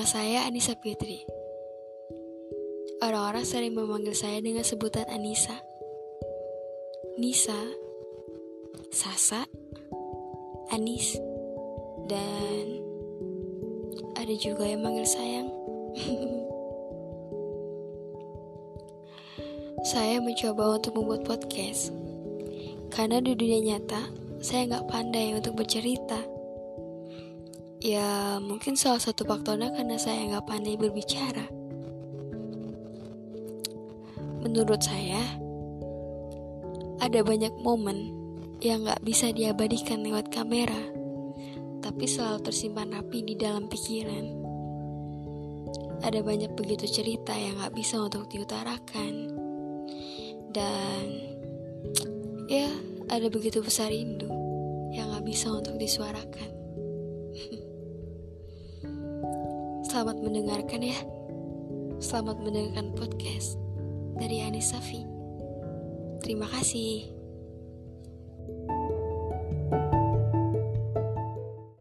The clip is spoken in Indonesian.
saya Anissa Fitri. Orang-orang sering memanggil saya dengan sebutan Anissa, Nisa, Sasa, Anis, dan ada juga yang manggil sayang. Saya mencoba untuk membuat podcast karena di dunia nyata saya gak pandai untuk bercerita. Ya mungkin salah satu faktornya karena saya gak pandai berbicara. Menurut saya ada banyak momen yang gak bisa diabadikan lewat kamera, tapi selalu tersimpan rapi di dalam pikiran. Ada banyak begitu cerita yang gak bisa untuk diutarakan. Dan ya ada begitu besar rindu yang gak bisa untuk disuarakan. Selamat mendengarkan ya. Selamat mendengarkan podcast dari Anissa Fi. Terima kasih.